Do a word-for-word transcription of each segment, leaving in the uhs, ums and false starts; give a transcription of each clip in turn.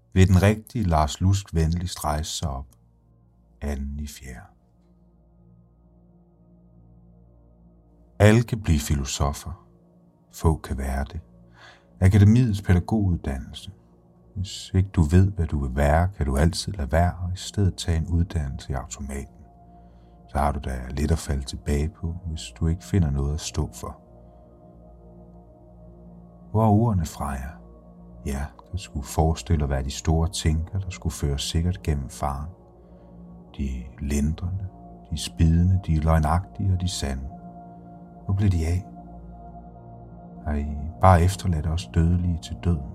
vil den rigtige Lars Lusk venligst rejse sig op. Anden i fjerde. Alle kan blive filosofer. Få kan være det. Akademiets pædagoguddannelse. Hvis ikke du ved, hvad du vil være, kan du altid lade være og i stedet tage en uddannelse i automaten. Så har du da lidt at falde tilbage på, hvis du ikke finder noget at stå for. Hvor er ordene fra jer? Ja, der skulle forestille at være de store tænker, der skulle føre sikkert gennem faren. De lindrende, de spidende, de løgnagtige og de sande. Hvor blev de af? Har I bare efterladt os dødelige til døden?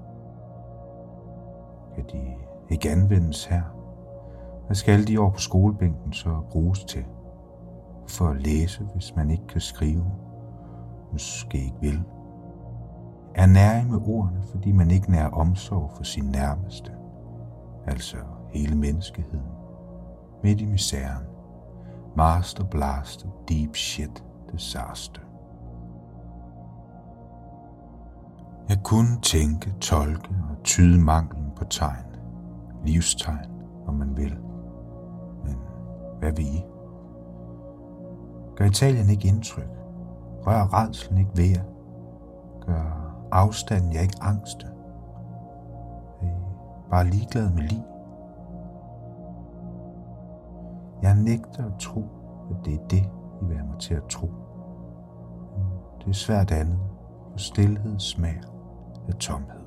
Kan de ikke anvendes her? Hvad skal alle de år på skolebænken så bruges til? For at læse, hvis man ikke kan skrive? Måske ikke vil. Er næring med ordene, fordi man ikke nærer omsorg for sin nærmeste? Altså hele menneskeheden. Midt i misæren. Master blaster, deep shit, disaster. Jeg kunne tænke, tolke og tyde manglen på tegn. Livstegn, om man vil. Men hvad vil I? Gør Italien ikke indtryk? Rør rædslen ikke ved jer? Gør afstanden jer ikke angste? Er I bare ligeglade med lig? Jeg nægter at tro, at det er det, I vil have mig til at tro. Det er svært andet, for stilhed smager af tomhed.